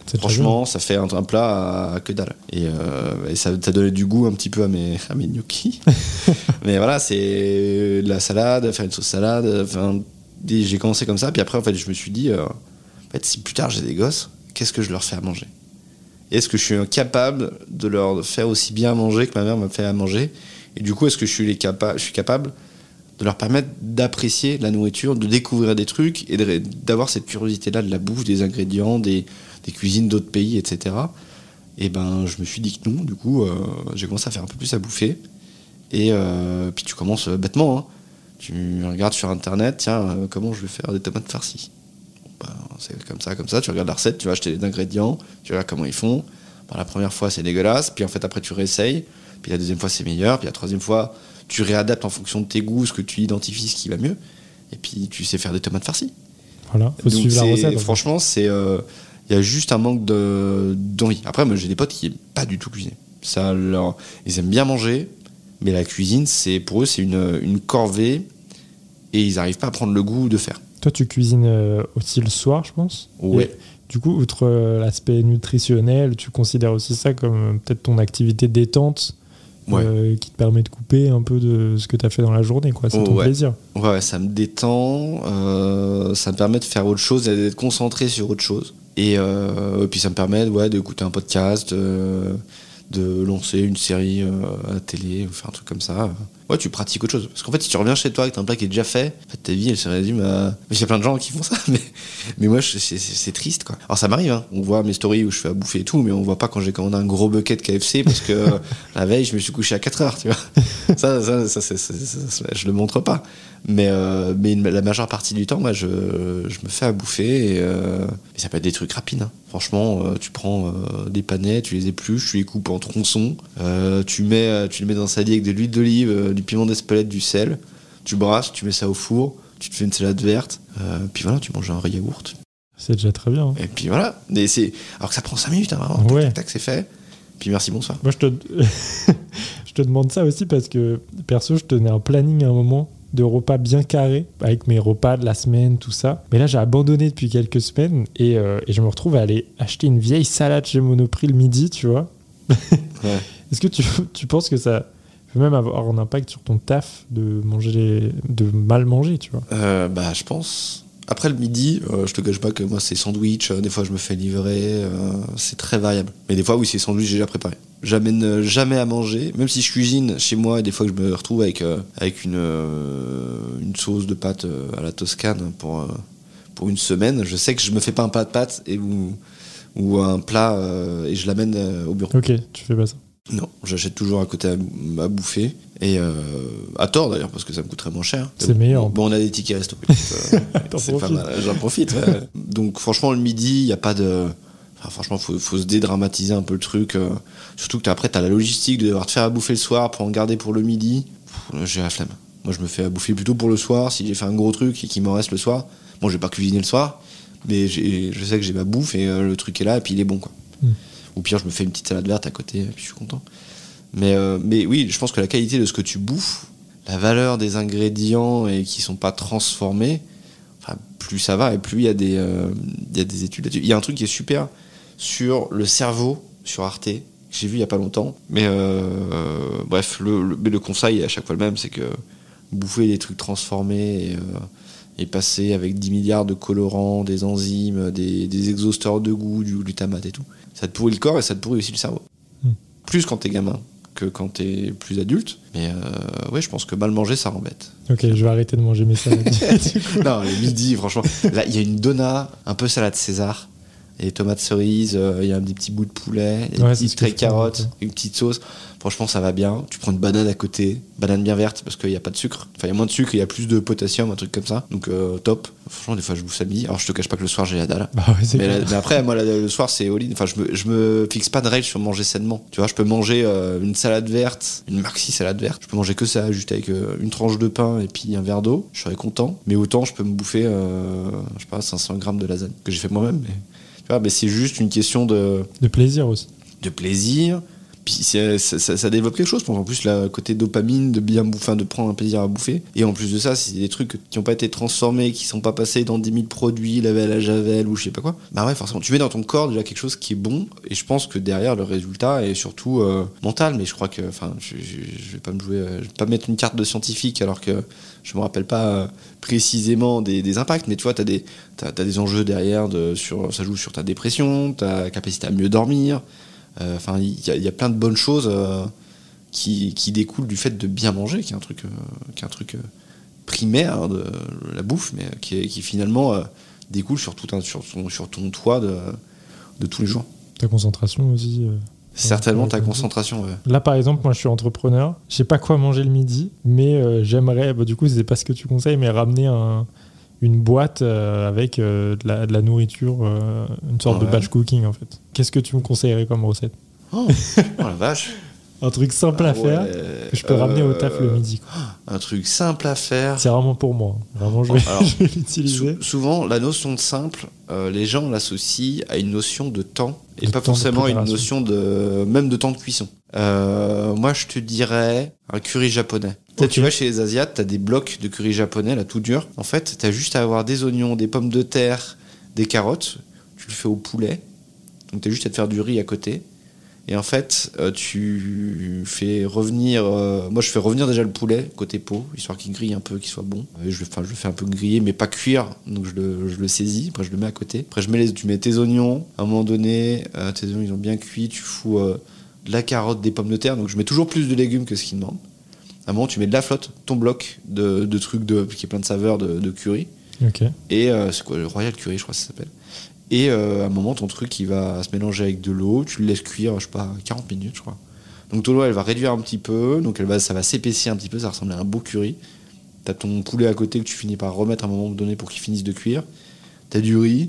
Franchement, ça fait un plat à que dalle. Et ça donnait du goût un petit peu à mes gnocchis. Mais voilà, c'est de la salade, faire une sauce salade. Enfin, j'ai commencé comme ça. Puis après, en fait, je me suis dit, si plus tard j'ai des gosses, qu'est-ce que je leur fais à manger ? Et est-ce que je suis capable de leur faire aussi bien à manger que ma mère m'a fait à manger ? Et du coup, est-ce que je suis capable de leur permettre d'apprécier la nourriture, de découvrir des trucs et d'avoir cette curiosité-là de la bouffe, des ingrédients, des cuisines d'autres pays, etc. Et je me suis dit que non, du coup, j'ai commencé à faire un peu plus à bouffer. Et puis tu commences bêtement, hein. Tu regardes sur Internet, tiens, comment je vais faire des tomates farcies ? C'est comme ça, tu regardes la recette, tu vas acheter les ingrédients, tu regardes comment ils font. La première fois, c'est dégueulasse, puis en fait, après, tu réessayes. Puis la deuxième fois, c'est meilleur. Puis la troisième fois, tu réadaptes en fonction de tes goûts, ce que tu identifies, ce qui va mieux. Et puis, tu sais faire des tomates farcies. Voilà, faut suivre la recette. Franchement, il y a juste un manque d'envie. Après, moi, j'ai des potes qui n'aiment pas du tout cuisiner. Ils aiment bien manger, mais la cuisine, pour eux, c'est une corvée. Et ils n'arrivent pas à prendre le goût de faire. Toi, tu cuisines aussi le soir, je pense. Ouais. Et, du coup, outre l'aspect nutritionnel, tu considères aussi ça comme peut-être ton activité détente, qui te permet de couper un peu de ce que tu as fait dans la journée, quoi. C'est ton plaisir. Ouais, ça me détend, ça me permet de faire autre chose, d'être concentré sur autre chose. Et puis ça me permet d'écouter un podcast, de lancer une série à la télé, ou faire un truc comme ça. Ouais, tu pratiques autre chose. Parce qu'en fait, si tu reviens chez toi avec un plat qui est déjà fait, en fait, ta vie, elle se résume à... Il y a plein de gens qui font ça, mais moi, c'est triste, quoi. Alors, ça m'arrive, hein. On voit mes stories où je fais à bouffer et tout, mais on voit pas quand j'ai commandé un gros bucket KFC parce que la veille, je me suis couché à 4h, tu vois. Ça, je le montre pas. Mais la majeure partie du temps, moi, je me fais à bouffer et ça peut être des trucs rapides, hein. Franchement, tu prends des panais, tu les épluches, tu les coupes en tronçons, tu les mets dans un saladier avec de l'huile d'olive, du piment d'Espelette, du sel, tu brasses, tu mets ça au four, tu te fais une salade verte, puis voilà, tu manges un yaourt. C'est déjà très bien. Et puis voilà, alors que ça prend 5 minutes, hein, vraiment. Ouais. Tac, c'est fait. Puis merci, bonsoir. Moi, je te demande ça aussi parce que, perso, je tenais un planning à un moment de repas bien carré, avec mes repas de la semaine, tout ça. Mais là, j'ai abandonné depuis quelques semaines et je me retrouve à aller acheter une vieille salade chez Monoprix le midi, tu vois. Ouais. Est-ce que tu penses que ça peut même avoir un impact sur ton taf de mal manger, tu vois ? Je pense. Après le midi, je te cache pas que moi c'est sandwich, des fois je me fais livrer, c'est très variable. Mais des fois oui, c'est sandwich déjà préparé. J'amène jamais à manger, même si je cuisine chez moi et des fois que je me retrouve avec une sauce de pâtes à la Toscane pour une semaine, je sais que je me fais pas un plat de pâtes ou un plat et je l'amène au bureau. Ok, tu fais pas ça. Non, j'achète toujours à côté à bouffer. Et à tort d'ailleurs, parce que ça me coûterait moins cher. C'est meilleur. Bon, on a des tickets resto. C'est pas mal, j'en profite. Ouais. Donc franchement, le midi, il n'y a pas de... Enfin, franchement, faut se dédramatiser un peu le truc. Surtout que après, t'as la logistique de devoir te faire à bouffer le soir pour en garder pour le midi. J'ai la flemme. Moi, je me fais à bouffer plutôt pour le soir. Si j'ai fait un gros truc et qu'il m'en reste le soir, bon, je vais pas cuisiner le soir, mais je sais que j'ai ma bouffe et le truc est là et puis il est bon, quoi. Ou pire, je me fais une petite salade verte à côté et puis je suis content. Mais oui, je pense que la qualité de ce que tu bouffes, la valeur des ingrédients et qui sont pas transformés, enfin, plus ça va et plus il y a des études là-dessus. Il y a un truc qui est super sur le cerveau sur Arte que j'ai vu il y a pas longtemps. Mais bref, le conseil est à chaque fois le même, c'est que bouffer des trucs transformés et passer avec 10 milliards de colorants, des enzymes, des exhausteurs de goût, du glutamate et tout, ça te pourrit le corps et ça te pourrit aussi le cerveau. Plus quand t'es gamin que quand t'es plus adulte. Mais ouais, je pense que mal manger, ça rembête. Ok, je vais arrêter de manger mes salades. Non, le midi, franchement. Là, il y a une donna, un peu salade César, et tomates cerises, il y a des petits bouts de poulet, des petites traits carottes, une petite sauce. Franchement, ça va bien. Tu prends une banane à côté, banane bien verte, parce qu'il n'y a pas de sucre. Enfin, il y a moins de sucre et il y a plus de potassium, un truc comme ça. Donc, top. Franchement, des fois, je bouffe ça midi. Alors, je te cache pas que le soir, j'ai la dalle. Bah ouais, mais après, moi, le soir, c'est all-in. Enfin, je me fixe pas de règles sur manger sainement. Tu vois, je peux manger une salade verte, une maxi salade verte. Je peux manger que ça, juste avec une tranche de pain et puis un verre d'eau. Je serais content. Mais autant, je peux me bouffer, je sais pas, 500 grammes de lasagne, que j'ai fait moi-même. Mais, tu vois, mais c'est juste une question de plaisir aussi. De plaisir. Puis ça développe quelque chose. En plus, le côté dopamine, de bien bouffer, de prendre un plaisir à bouffer. Et en plus de ça, c'est des trucs qui n'ont pas été transformés, qui sont pas passés dans 10 000 produits, laver à la javel ou je sais pas quoi. Bah ouais, forcément, tu mets dans ton corps déjà quelque chose qui est bon. Et je pense que derrière, le résultat est surtout mental. Mais je crois que, je vais pas je vais pas mettre une carte de scientifique alors que je me rappelle pas précisément des impacts. Mais tu vois, t'as des enjeux derrière. Ça joue sur ta dépression, ta capacité à mieux dormir. Il y a plein de bonnes choses qui découlent du fait de bien manger, qui est un truc primaire de la bouffe, mais qui finalement découle sur ton toit de tous les jours. Ta concentration aussi. Certainement ta concentration. Ouais. Là, par exemple, moi, je suis entrepreneur. Je sais pas quoi manger le midi, mais j'aimerais. Du coup, c'est pas ce que tu conseilles, mais ramener une boîte avec de la nourriture, une sorte de batch cooking en fait. Qu'est-ce que tu me conseillerais comme recette ? Oh la vache. Un truc simple à faire que je peux ramener au taf le midi. Un truc simple à faire. C'est vraiment pour moi. Vraiment, je vais l'utiliser. Souvent, la notion de simple, les gens l'associent à une notion de temps et pas forcément une notion même de temps de cuisson. Moi, je te dirais un curry japonais. Okay. Tu vois, chez les Asiates, t'as des blocs de curry japonais, là, tout dur. En fait, t'as juste à avoir des oignons, des pommes de terre, des carottes. Tu le fais au poulet. Donc, t'as juste à te faire du riz à côté. Et en fait, tu fais revenir... moi, je fais revenir déjà le poulet, côté peau, histoire qu'il grille un peu, qu'il soit bon. Et je le fais un peu griller, mais pas cuire. Donc, je le saisis. Après, je le mets à côté. Après, tu mets tes oignons. À un moment donné, tes oignons, ils ont bien cuit. Tu fous de la carotte, des pommes de terre. Donc, je mets toujours plus de légumes que ce qu'ils demandent. À un moment, tu mets de la flotte, ton bloc de trucs qui est plein de saveurs de curry. Okay. Et c'est quoi, le Royal Curry, je crois que ça s'appelle. Et à un moment, ton truc, il va se mélanger avec de l'eau. Tu le laisses cuire, je sais pas, 40 minutes, je crois. Donc, ton eau, elle va réduire un petit peu. Donc, ça va s'épaissir un petit peu. Ça ressemble à un beau curry. T'as ton poulet à côté que tu finis par remettre à un moment donné pour qu'il finisse de cuire. T'as du riz.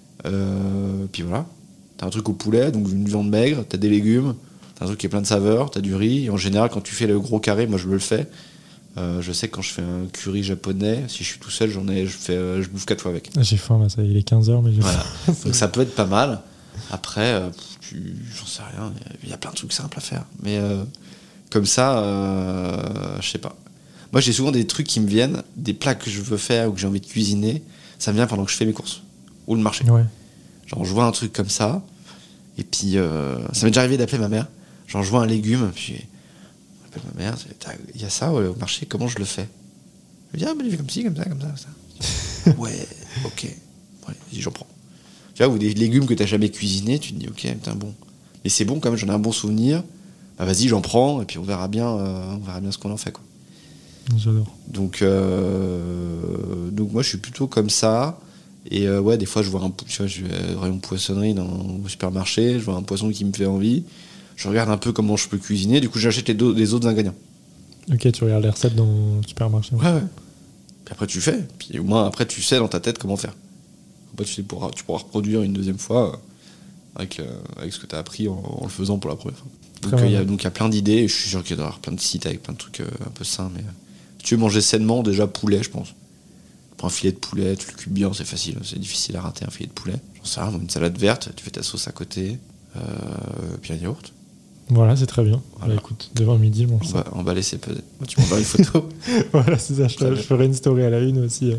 Puis voilà. T'as un truc au poulet, donc une viande maigre. T'as des légumes. T'as un truc qui est plein de saveurs. T'as du riz. Et en général, quand tu fais le gros carré, moi, je me le fais. Je sais que quand je fais un curry japonais, si je suis tout seul, je bouffe 4 fois avec. J'ai faim là, il est 15h, mais j'ai faim. Donc ça peut être pas mal. Après, j'en sais rien, il y a plein de trucs simples à faire. Mais comme ça, je sais pas. Moi, j'ai souvent des trucs qui me viennent, des plats que je veux faire ou que j'ai envie de cuisiner. Ça me vient pendant que je fais mes courses ou le marché. Ouais. Genre, je vois un truc comme ça, et puis ça m'est déjà arrivé d'appeler ma mère. Genre, je vois un légume, puis ma mère, il y a ça au marché, comment je le fais? Je lui dis, mais je fais comme ci, comme ça, comme ça, comme ça. Ouais, ok. Ouais, j'en prends. Tu vois, ou des légumes que t'as jamais cuisinés, tu te dis, ok, putain, bon. Mais c'est bon quand même, j'en ai un bon souvenir. Bah vas-y, j'en prends, et puis on verra bien ce qu'on en fait, quoi. J'adore. Donc moi, je suis plutôt comme ça. Et ouais, des fois, je vois je vais rayon poissonnerie au supermarché, je vois un poisson qui me fait envie. Je regarde un peu comment je peux cuisiner, du coup j'achète les autres ingrédients. Ok, tu regardes les recettes dans le supermarché. Ouais. Puis après tu fais, puis au moins après tu sais dans ta tête comment faire. Après tu pourras reproduire une deuxième fois avec ce que tu as appris en le faisant pour la première fois. Donc il y a plein d'idées, et je suis sûr qu'il doit y avoir plein de sites avec plein de trucs un peu sains, mais si tu veux manger sainement, déjà poulet je pense. Tu prends un filet de poulet, tu le cuis bien, c'est facile, c'est difficile à rater un filet de poulet. J'en sais rien, une salade verte, tu fais ta sauce à côté, puis un yaourt. Voilà, c'est très bien. Voilà. Bah, écoute, demain midi, je mange ça. On va laisser peut-être. Tu m'envoies une photo. Voilà, c'est ça. Je ferai une story à la une aussi.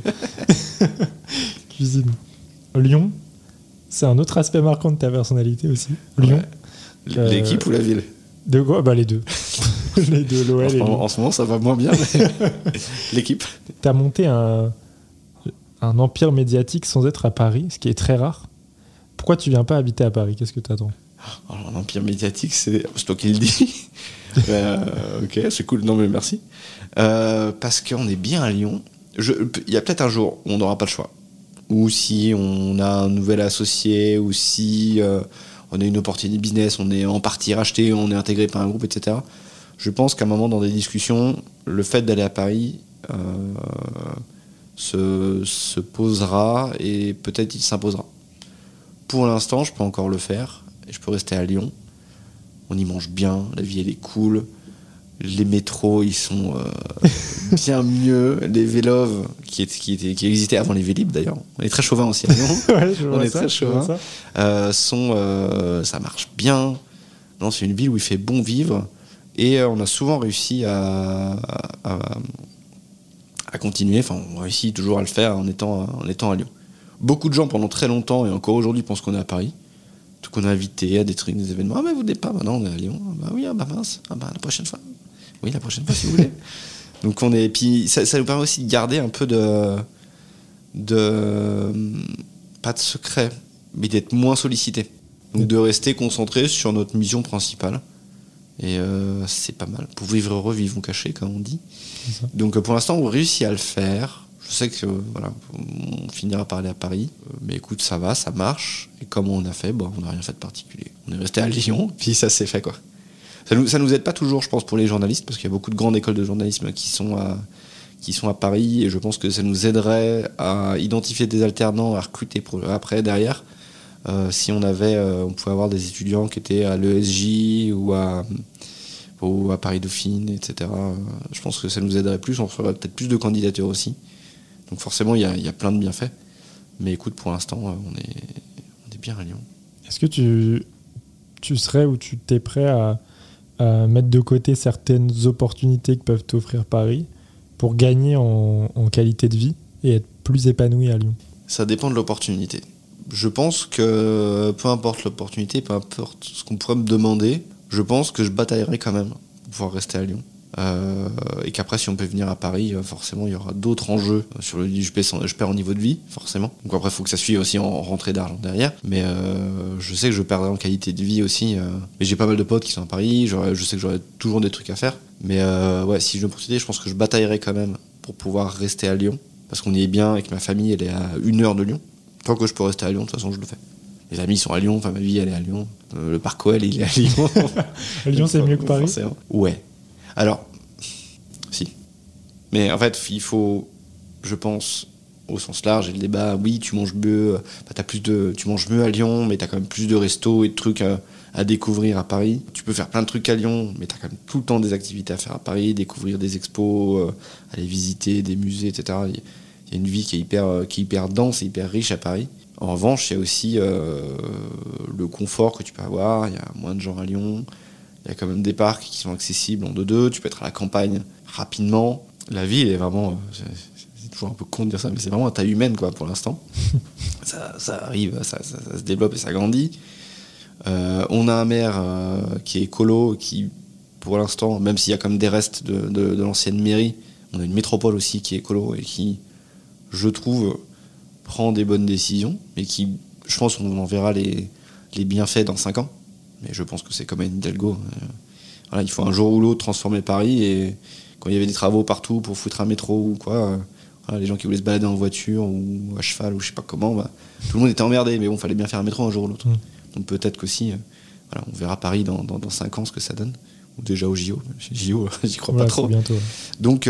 Cuisine. Lyon, c'est un autre aspect marquant de ta personnalité aussi. Lyon. Ouais. L'équipe ou la ville? De quoi? Bah les deux. Les deux, l'OL et en ce moment, ça va moins bien, mais l'équipe. T'as monté un empire médiatique sans être à Paris, ce qui est très rare. Pourquoi tu viens pas habiter à Paris? Qu'est-ce que t'attends? Alors, l'empire médiatique, c'est toi qui le dis. Ok, c'est cool. Non, mais merci. Parce qu'on est bien à Lyon. Il y a peut-être un jour où on n'aura pas le choix. Ou si on a un nouvel associé, ou si on a une opportunité de business, on est en partie racheté, on est intégré par un groupe, etc. Je pense qu'à un moment, dans des discussions, le fait d'aller à Paris se posera et peut-être il s'imposera. Pour l'instant, je peux encore le faire. Et je peux rester à Lyon. On y mange bien, la vie elle est cool. Les métros ils sont bien mieux. Les Véloves qui existaient avant les Vélib d'ailleurs. On est très chauvin aussi à Lyon. Ouais, on est très chauvin. Ça marche bien. Non, c'est une ville où il fait bon vivre et on a souvent réussi à continuer. Enfin, on réussit toujours à le faire en étant à Lyon. Beaucoup de gens pendant très longtemps et encore aujourd'hui pensent qu'on est à Paris. Tout qu'on est invité à des trucs, des événements. Ah mais vous n'êtes pas, non, on est à Lyon. Ah bah oui, ah bah mince. Ah bah la prochaine fois. Oui, la prochaine fois si vous voulez. Donc on est. Puis ça nous permet aussi de garder un peu de pas de secret, mais d'être moins sollicité. Donc de rester concentré sur notre mission principale. Et c'est pas mal. Pour vivre heureux, vivons cachés, comme on dit. Donc pour l'instant, on réussit à le faire. Je sais que voilà, on finira par aller à Paris. Mais écoute, ça va, ça marche. Et comme on a fait, bon, on n'a rien fait de particulier. On est resté à Lyon, puis ça s'est fait, quoi. Ça nous aide pas toujours, je pense, pour les journalistes, parce qu'il y a beaucoup de grandes écoles de journalisme qui sont à Paris, et je pense que ça nous aiderait à identifier des alternants, à recruter après, derrière. Si on pouvait avoir des étudiants qui étaient à l'ESJ ou à Paris Dauphine, etc. Je pense que ça nous aiderait plus, on ferait peut-être plus de candidatures aussi. Donc forcément, il y a plein de bienfaits. Mais écoute, pour l'instant, on est bien à Lyon. Est-ce que tu serais ou tu t'es prêt à mettre de côté certaines opportunités que peuvent t'offrir Paris pour gagner en qualité de vie et être plus épanoui à Lyon? Ça dépend de l'opportunité. Je pense que peu importe l'opportunité, peu importe ce qu'on pourrait me demander, je pense que je bataillerai quand même pour pouvoir rester à Lyon. Et qu'après, si on peut venir à Paris, forcément, il y aura d'autres enjeux. Sur le je perds en niveau de vie, forcément. Donc après, il faut que ça suive aussi en rentrée d'argent derrière. Mais je sais que je perdrai en qualité de vie aussi. Mais j'ai pas mal de potes qui sont à Paris. Je sais que j'aurai toujours des trucs à faire. Mais ouais, si j'ai une opportunité, je pense que je bataillerai quand même pour pouvoir rester à Lyon. Parce qu'on y est bien et que ma famille, elle est à 1 heure de Lyon. Tant que je peux rester à Lyon, de toute façon, je le fais. Les amis sont à Lyon, enfin ma vie, elle est à Lyon. Le parc OL, il est à Lyon. Lyon, c'est mieux que Paris ? Ouais. Alors, si. Mais en fait, il faut, je pense, au sens large, et le débat, oui, tu manges mieux, tu manges mieux à Lyon, mais t'as quand même plus de restos et de trucs à découvrir à Paris. Tu peux faire plein de trucs à Lyon, mais t'as quand même tout le temps des activités à faire à Paris, découvrir des expos, aller visiter des musées, etc. Il y a une vie qui est hyper dense et hyper riche à Paris. En revanche, il y a aussi le confort que tu peux avoir, il y a moins de gens à Lyon. Il y a quand même des parcs qui sont accessibles en 2-2, tu peux être à la campagne rapidement. La ville est vraiment, c'est toujours un peu con de dire ça, mais c'est vraiment à taille humaine quoi, pour l'instant. ça arrive, ça se développe et ça grandit. On a un maire qui est écolo, qui pour l'instant, même s'il y a quand même des restes de l'ancienne mairie, on a une métropole aussi qui est écolo et qui, je trouve, prend des bonnes décisions, mais qui, je pense qu'on en verra les bienfaits dans 5 ans. Mais je pense que c'est comme Anne Hidalgo. Voilà, il faut un jour ou l'autre transformer Paris. Et quand il y avait des travaux partout pour foutre un métro ou quoi, voilà, les gens qui voulaient se balader en voiture ou à cheval ou je sais pas comment, tout le monde était emmerdé. Mais bon, il fallait bien faire un métro un jour ou l'autre. Donc peut-être qu'aussi, voilà, on verra Paris dans 5 ans ce que ça donne. Ou déjà au JO. JO, j'y crois pas trop. Bientôt, ouais. Donc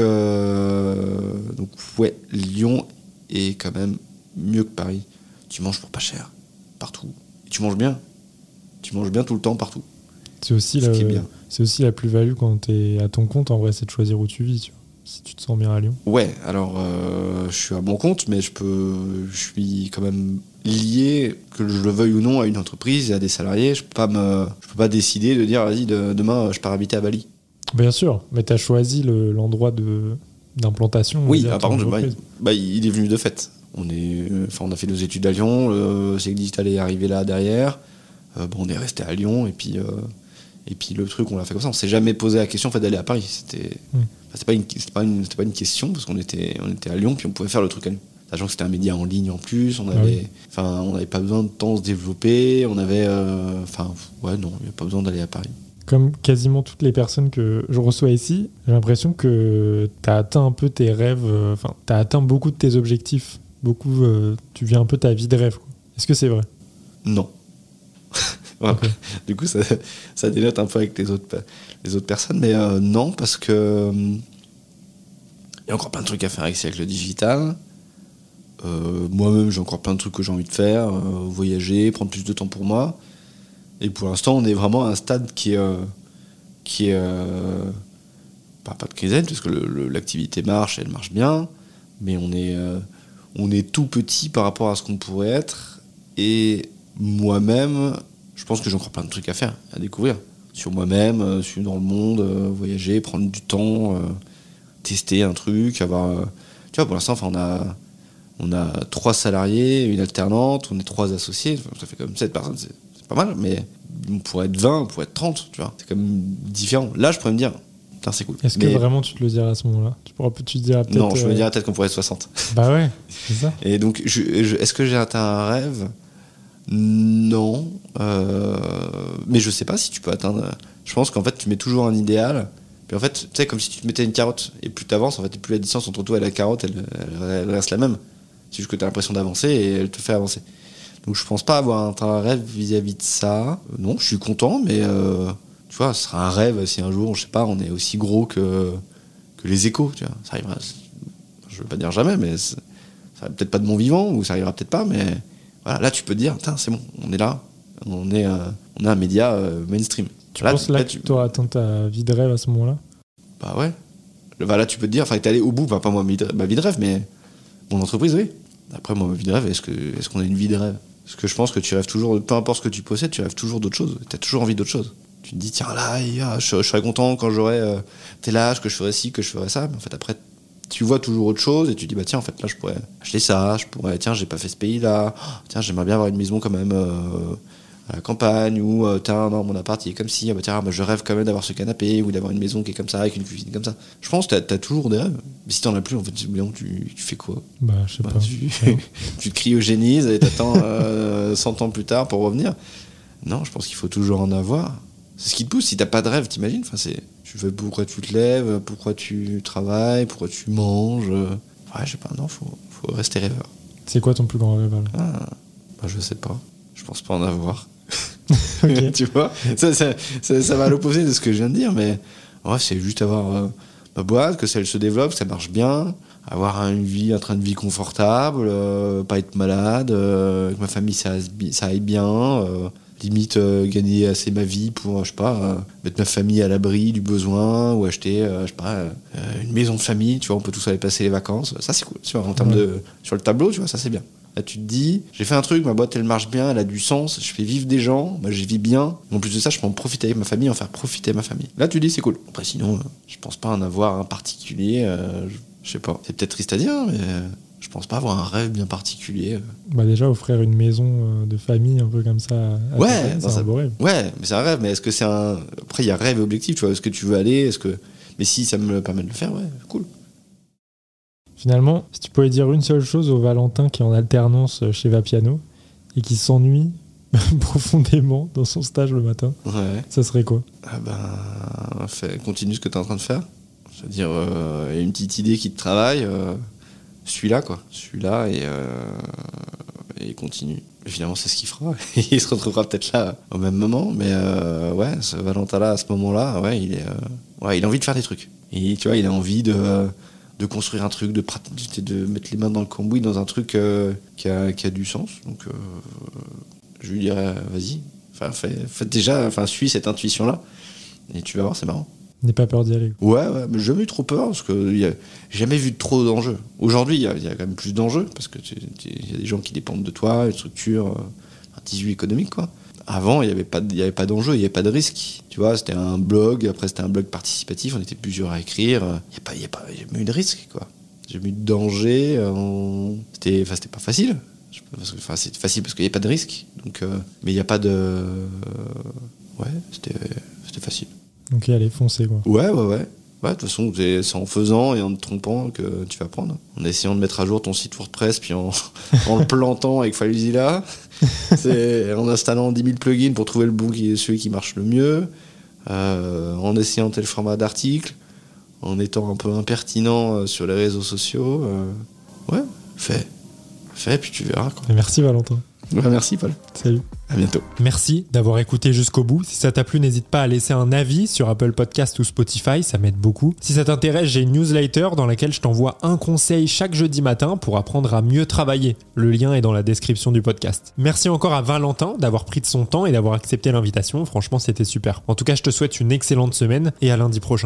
ouais, Lyon est quand même mieux que Paris. Tu manges pour pas cher, partout. Et tu manges bien. Tu manges bien tout le temps, partout. C'est aussi la plus-value quand t'es à ton compte, en vrai, c'est de choisir où tu vis, tu vois. Si tu te sens bien à Lyon. Ouais, alors je suis à mon compte, mais je suis quand même lié, que je le veuille ou non, à une entreprise et à des salariés. Je peux pas décider de dire, vas-y, demain, je pars habiter à Bali. Bien sûr, mais t'as choisi l'endroit d'implantation. Oui, par contre, il est venu de fait. On a fait nos études à Lyon, le CEC Digital est arrivé là derrière. On est resté à Lyon et puis le truc on l'a fait comme ça. On s'est jamais posé la question d'aller à Paris. C'était pas une question parce qu'on était à Lyon puis on pouvait faire le truc à Lyon. Sachant que c'était un média en ligne en plus, on n'avait pas besoin de temps de se développer. On avait, il n'y a pas besoin d'aller à Paris. Comme quasiment toutes les personnes que je reçois ici, j'ai l'impression que t'as atteint un peu tes rêves. T'as atteint beaucoup de tes objectifs. Tu vis un peu ta vie de rêve, quoi. Est-ce que c'est vrai ? Non. Voilà. Okay. Du coup, ça dénote un peu avec les autres personnes, mais non, parce que il y a encore plein de trucs à faire avec le digital. Moi-même, j'ai encore plein de trucs que j'ai envie de faire, voyager, prendre plus de temps pour moi. Et pour l'instant, on est vraiment à un stade qui est pas de crise, parce que l'activité marche, elle marche bien, mais on est tout petit par rapport à ce qu'on pourrait être. Et moi-même, je pense que j'ai encore plein de trucs à faire, à découvrir. sur moi-même, sur dans le monde, voyager, prendre du temps, tester un truc, avoir... tu vois, pour l'instant, on a 3 salariés, une alternante, on est 3 associés, ça fait comme 7 personnes, c'est pas mal, mais on pourrait être 20, on pourrait être 30, tu vois. C'est comme différent. Là, je pourrais me dire, putain, c'est cool. Est-ce que vraiment tu te le dirais à ce moment-là? Tu te dirais peut-être... Non, je me dirais peut-être qu'on pourrait être 60. Bah ouais, c'est ça. Et donc, est-ce que j'ai atteint un rêve? Non. Mais je sais pas si tu peux atteindre... Je pense qu'en fait, tu mets toujours un idéal. Puis en fait, tu sais, comme si tu te mettais une carotte. Et plus tu avances, en fait, et plus la distance entre toi et la carotte, elle reste la même. C'est juste que tu as l'impression d'avancer et elle te fait avancer. Donc je pense pas avoir atteint un rêve vis-à-vis de ça. Non, je suis content, mais tu vois, ce sera un rêve si un jour, je sais pas, on est aussi gros que les Échos. Tu vois. Ça arrivera, je veux pas dire jamais, mais ça arrivera peut-être pas de mon vivant, ou ça arrivera peut-être pas, mais voilà, là tu peux te dire, c'est bon, on est là, on est un média mainstream. Tu penses là que tu auras atteint ta vie de rêve à ce moment-là? Bah ouais. Là tu peux te dire, t'es allé au bout, pas moi ma vie de rêve, mais mon entreprise, oui. Après moi ma vie de rêve, est-ce qu'on a une vie de rêve? Parce que je pense que tu rêves toujours, peu importe ce que tu possèdes, tu rêves toujours d'autres choses. T'as toujours envie d'autre chose. Tu te dis, tiens là, je serais content quand j'aurai tel âge, que je ferais ci, que je ferais ça. Mais en fait après, tu vois toujours autre chose et tu te dis, bah tiens, en fait là je pourrais acheter ça, tiens, j'ai pas fait ce pays-là, tiens, j'aimerais bien avoir une maison quand même à la campagne, ou non, mon appart il est comme ci, je rêve quand même d'avoir ce canapé, ou d'avoir une maison qui est comme ça, avec une cuisine comme ça. Je pense que t'as toujours des rêves. Mais si t'en as plus, en fait, tu fais quoi? Bah, je sais pas. Tu te cryogénises et t'attends 100 ans plus tard pour revenir. Non, je pense qu'il faut toujours en avoir. C'est ce qui te pousse. Si t'as pas de rêve, t'imagines, tu fais pourquoi tu te lèves, pourquoi tu travailles, pourquoi tu manges. Ouais, je sais pas, non, faut rester rêveur. C'est quoi ton plus grand rêve alors? Je sais pas. Je pense pas en avoir. Okay. Tu vois, ça va à l'opposé de ce que je viens de dire, mais ouais, c'est juste avoir ma boîte, que ça se développe, que ça marche bien, avoir un train de vie confortable, pas être malade, que ma famille ça aille bien, limite gagner assez ma vie pour, je sais pas, mettre ma famille à l'abri du besoin, ou acheter, je sais pas, une maison de famille, tu vois, on peut tous aller passer les vacances, ça c'est cool, tu vois, en termes sur le tableau, tu vois, ça c'est bien. Là, tu te dis, j'ai fait un truc, ma boîte, elle marche bien, elle a du sens, je fais vivre des gens, moi, je vis bien. En plus de ça, je peux en profiter avec ma famille, en faire profiter ma famille. Là, tu te dis, c'est cool. Après, sinon, je pense pas en avoir un particulier, je sais pas. C'est peut-être triste à dire, mais je pense pas avoir un rêve bien particulier. Bah déjà, offrir une maison de famille, un peu comme ça, c'est un beau rêve. Ouais, mais c'est un rêve, mais est-ce que c'est un... Après, il y a rêve et objectif, tu vois, est-ce que tu veux aller, mais si ça me permet de le faire, ouais, cool. Finalement, si tu pouvais dire une seule chose au Valentin qui est en alternance chez Vapiano et qui s'ennuie profondément dans son stage le matin, ça serait quoi? Continue ce que tu es en train de faire. C'est-à-dire, il y a une petite idée qui te travaille, suis-la, quoi. Suis-la et continue. Et finalement, c'est ce qu'il fera. Il se retrouvera peut-être là au même moment, mais ce Valentin-là, à ce moment-là, il a envie de faire des trucs. Et tu vois, il a envie de construire un truc, de mettre les mains dans le cambouis dans un truc qui a du sens. Donc je lui dirais, vas-y, suis cette intuition-là et tu vas voir, c'est marrant. N'aie pas peur d'y aller. Ouais, mais j'ai jamais eu trop peur parce que j'ai jamais vu trop d'enjeux. Aujourd'hui, il y a quand même plus d'enjeux parce que il y a des gens qui dépendent de toi, une structure, un tissu économique, quoi. Avant, il y avait pas d'enjeu, il y avait pas de risque. Tu vois, c'était un blog, après c'était un blog participatif, on était plusieurs à écrire. Il y a jamais eu de risque, quoi. J'ai jamais eu de danger. C'était pas facile. C'était facile parce qu'il n'y a pas de risque. Donc, mais il n'y a pas de. C'était facile. Ok, allez, foncez, quoi. Ouais. De toute façon, c'est en faisant et en te trompant que tu vas apprendre. En essayant de mettre à jour ton site WordPress, puis en le plantant avec Faluzilla, en installant 10 000 plugins pour trouver celui qui marche le mieux, en essayant tel format d'article, en étant un peu impertinent sur les réseaux sociaux. Fais, puis tu verras, quoi. Merci Valentin. Ouais, merci Paul. Salut. À bientôt. Merci d'avoir écouté jusqu'au bout. Si ça t'a plu, n'hésite pas à laisser un avis sur Apple Podcast ou Spotify, ça m'aide beaucoup. Si ça t'intéresse, j'ai une newsletter dans laquelle je t'envoie un conseil chaque jeudi matin pour apprendre à mieux travailler. Le lien est dans la description du podcast. Merci encore à Valentin d'avoir pris de son temps et d'avoir accepté l'invitation. Franchement, c'était super. En tout cas, je te souhaite une excellente semaine et à lundi prochain.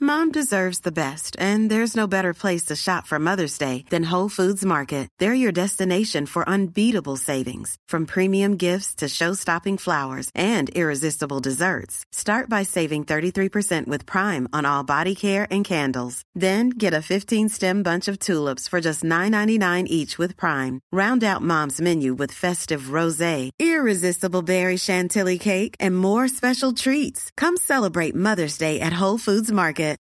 Mom deserves the best, and there's no better place to shop for Mother's Day than Whole Foods Market. They're your destination for unbeatable savings, from premium gifts to show-stopping flowers and irresistible desserts. Start by saving 33% with Prime on all body care and candles. Then get a 15-stem bunch of tulips for just $9.99 each with Prime. Round out Mom's menu with festive rosé, irresistible berry chantilly cake, and more special treats. Come celebrate Mother's Day at Whole Foods Market.